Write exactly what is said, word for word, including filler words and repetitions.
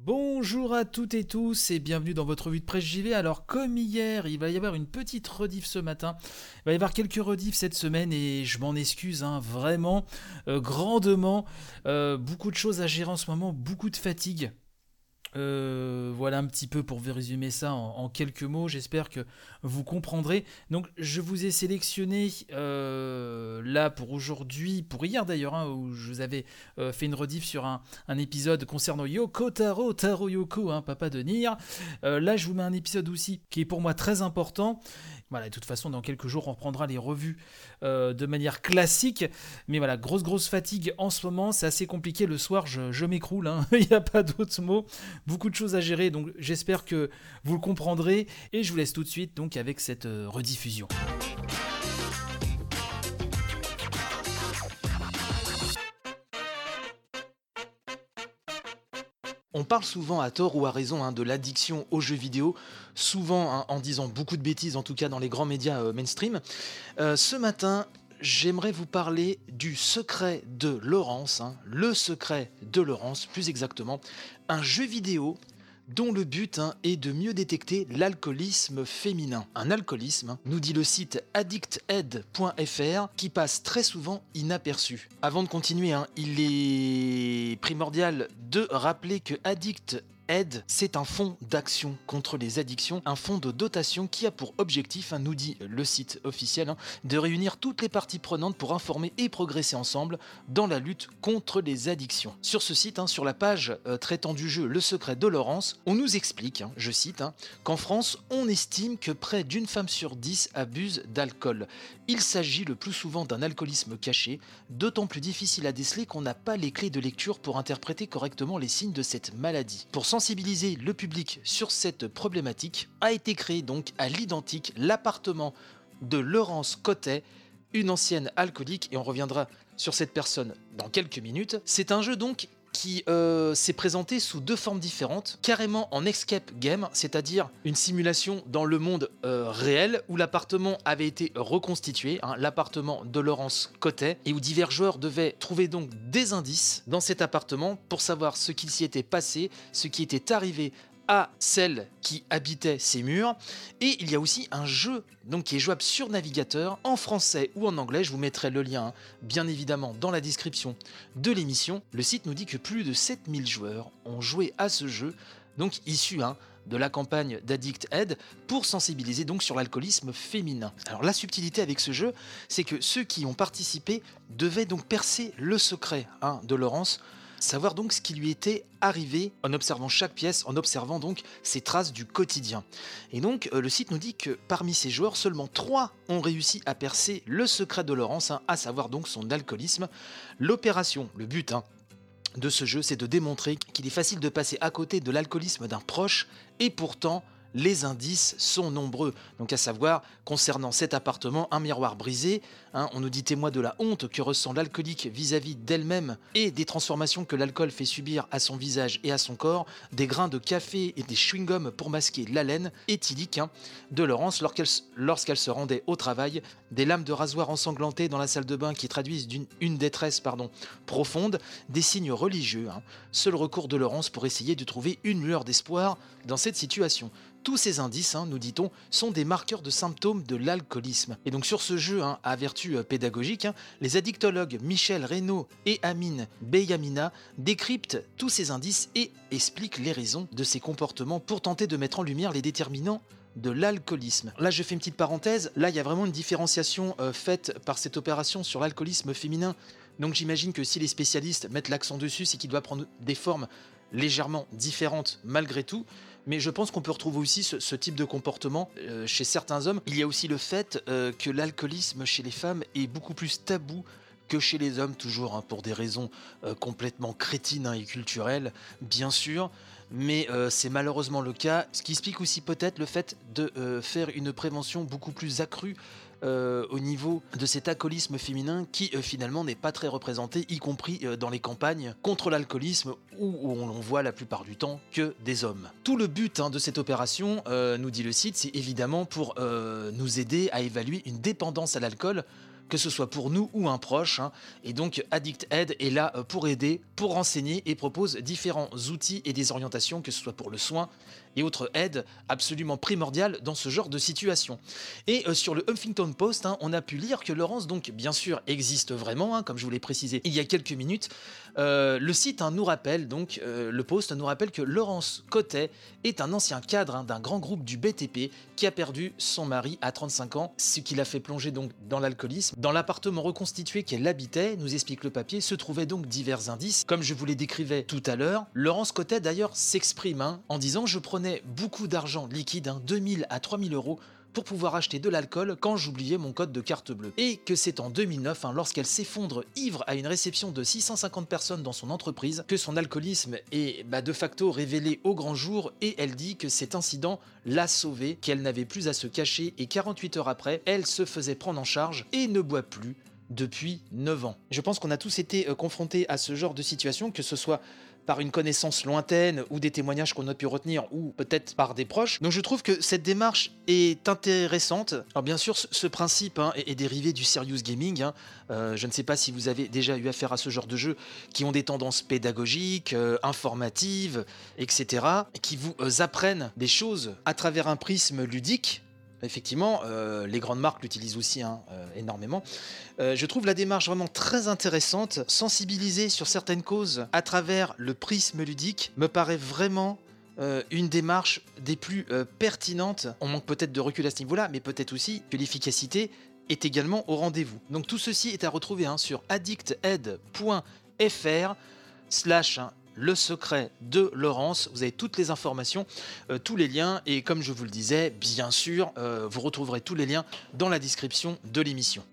Bonjour à toutes et tous et bienvenue dans votre revue de presse J V. Alors comme hier, il va y avoir une petite rediff ce matin, il va y avoir quelques rediffs cette semaine et je m'en excuse hein, vraiment euh, grandement. Euh, beaucoup de choses à gérer en ce moment, beaucoup de fatigue. Euh, voilà un petit peu pour vous résumer ça en, en quelques mots, j'espère que vous comprendrez. Donc je vous ai sélectionné euh, là pour aujourd'hui, pour hier d'ailleurs, hein, où je vous avais euh, fait une rediff sur un, un épisode concernant Yoko Taro, Taro Yoko, hein, papa de Nier. Euh, là je vous mets un épisode aussi qui est pour moi très important. Voilà, de toute façon dans quelques jours on reprendra les revues euh, de manière classique. Mais voilà, grosse grosse fatigue en ce moment, c'est assez compliqué, le soir je, je m'écroule, hein. Il n'y a pas d'autre mot. Beaucoup de choses à gérer, donc j'espère que vous le comprendrez. Et je vous laisse tout de suite donc avec cette euh, rediffusion. On parle souvent à tort ou à raison hein, de l'addiction aux jeux vidéo, souvent hein, en disant beaucoup de bêtises, en tout cas dans les grands médias euh, mainstream. Euh, ce matin, j'aimerais vous parler du secret de Laurence, hein, le secret de Laurence plus exactement, un jeu vidéo dont le but hein, est de mieux détecter l'alcoolisme féminin. Un alcoolisme, hein, nous dit le site addicted point f r, qui passe très souvent inaperçu. Avant de continuer, hein, il est primordial de rappeler que Addict Aid, c'est un fonds d'action contre les addictions, un fonds de dotation qui a pour objectif, hein, nous dit le site officiel, hein, de réunir toutes les parties prenantes pour informer et progresser ensemble dans la lutte contre les addictions. Sur ce site, hein, sur la page euh, traitant du jeu Le secret de Laurence, on nous explique, hein, je cite, hein, qu'en France, on estime que près d'une femme sur dix abuse d'alcool. Il s'agit le plus souvent d'un alcoolisme caché, d'autant plus difficile à déceler qu'on n'a pas les clés de lecture pour interpréter correctement les signes de cette maladie. Pour sensibiliser le public sur cette problématique, a été créé donc à l'identique l'appartement de Laurence Cotet, une ancienne alcoolique, et on reviendra sur cette personne dans quelques minutes. C'est un jeu donc qui euh, s'est présenté sous deux formes différentes, carrément en escape game, c'est-à-dire une simulation dans le monde euh, réel où l'appartement avait été reconstitué, hein, l'appartement de Laurence Cotet, et où divers joueurs devaient trouver donc des indices dans cet appartement pour savoir ce qu'il s'y était passé, ce qui était arrivé à celle qui habitait ces murs. Et il y a aussi un jeu donc, qui est jouable sur navigateur en français ou en anglais. Je vous mettrai le lien hein, bien évidemment dans la description de l'émission. Le site nous dit que plus de sept mille joueurs ont joué à ce jeu, donc issu hein, de la campagne d'Addict Aid pour sensibiliser donc sur l'alcoolisme féminin. Alors la subtilité avec ce jeu, c'est que ceux qui ont participé devaient donc percer le secret hein, de Laurence, savoir donc ce qui lui était arrivé en observant chaque pièce, en observant donc ses traces du quotidien. Et donc euh, le site nous dit que parmi ces joueurs, seulement trois ont réussi à percer le secret de Laurence, hein, à savoir donc son alcoolisme. L'opération, le but hein, de ce jeu, c'est de démontrer qu'il est facile de passer à côté de l'alcoolisme d'un proche, et pourtant les indices sont nombreux. Donc à savoir, concernant cet appartement, un miroir brisé, hein, on nous dit témoin de la honte que ressent l'alcoolique vis-à-vis d'elle-même et des transformations que l'alcool fait subir à son visage et à son corps, des grains de café et des chewing-gums pour masquer l'haleine éthylique hein, de Laurence lorsqu'elle, lorsqu'elle se rendait au travail, des lames de rasoir ensanglantées dans la salle de bain qui traduisent d'une, une détresse pardon, profonde, des signes religieux, hein, seul recours de Laurence pour essayer de trouver une lueur d'espoir dans cette situation. Tous ces indices, hein, nous dit-on, sont des marqueurs de symptômes de l'alcoolisme. Et donc sur ce jeu hein, à vertu euh, pédagogique, hein, les addictologues Michel Reynaud et Amine Beyamina décryptent tous ces indices et expliquent les raisons de ces comportements pour tenter de mettre en lumière les déterminants de l'alcoolisme. Là je fais une petite parenthèse, là il y a vraiment une différenciation euh, faite par cette opération sur l'alcoolisme féminin. Donc j'imagine que si les spécialistes mettent l'accent dessus, c'est qu'il doit prendre des formes légèrement différentes malgré tout. Mais je pense qu'on peut retrouver aussi ce, ce type de comportement euh, chez certains hommes. Il y a aussi le fait euh, que l'alcoolisme chez les femmes est beaucoup plus tabou que chez les hommes, toujours hein, pour des raisons euh, complètement crétines hein, et culturelles, bien sûr. Mais euh, c'est malheureusement le cas, ce qui explique aussi peut-être le fait de euh, faire une prévention beaucoup plus accrue Euh, au niveau de cet alcoolisme féminin qui euh, finalement n'est pas très représenté, y compris euh, dans les campagnes contre l'alcoolisme où, où on en voit la plupart du temps que des hommes. Tout le but hein, de cette opération, euh, nous dit le site, c'est évidemment pour euh, nous aider à évaluer une dépendance à l'alcool que ce soit pour nous ou un proche, hein. Et donc AddictAid est là pour aider, pour renseigner et propose différents outils et des orientations, que ce soit pour le soin et autres aides absolument primordiales dans ce genre de situation. Et euh, sur le Huffington Post, hein, on a pu lire que Laurence, donc bien sûr, existe vraiment, hein, comme je vous l'ai précisé il y a quelques minutes. Euh, le site hein, nous rappelle, donc euh, le Post nous rappelle que Laurence Cotet est un ancien cadre hein, d'un grand groupe du B T P qui a perdu son mari à trente-cinq ans, ce qui l'a fait plonger donc dans l'alcoolisme. Dans l'appartement reconstitué qu'elle habitait, nous explique le papier, se trouvaient donc divers indices. Comme je vous les décrivais tout à l'heure, Laurence Cotet d'ailleurs s'exprime hein, en disant « Je prenais beaucoup d'argent liquide, hein, deux mille à trois mille euros, pour pouvoir acheter de l'alcool quand j'oubliais mon code de carte bleue. » Et que c'est en deux mille neuf, hein, lorsqu'elle s'effondre ivre à une réception de six cent cinquante personnes dans son entreprise, que son alcoolisme est bah, de facto révélé au grand jour, et elle dit que cet incident l'a sauvée, qu'elle n'avait plus à se cacher, et quarante-huit heures après, elle se faisait prendre en charge et ne boit plus depuis neuf ans. Je pense qu'on a tous été euh, confrontés à ce genre de situation, que ce soit par une connaissance lointaine ou des témoignages qu'on a pu retenir, ou peut-être par des proches. Donc je trouve que cette démarche est intéressante. Alors bien sûr, ce, ce principe hein, est, est dérivé du serious gaming. Hein. Euh, je ne sais pas si vous avez déjà eu affaire à ce genre de jeux qui ont des tendances pédagogiques, euh, informatives, et cetera, qui vous euh, apprennent des choses à travers un prisme ludique. Effectivement, euh, les grandes marques l'utilisent aussi hein, euh, énormément. Euh, je trouve la démarche vraiment très intéressante. Sensibiliser sur certaines causes à travers le prisme ludique me paraît vraiment euh, une démarche des plus euh, pertinentes. On manque peut-être de recul à ce niveau-là, mais peut-être aussi que l'efficacité est également au rendez-vous. Donc tout ceci est à retrouver hein, sur addictaid point f r slash le secret de Laurence. Vous avez toutes les informations, euh, tous les liens, et comme je vous le disais, bien sûr, euh, vous retrouverez tous les liens dans la description de l'émission.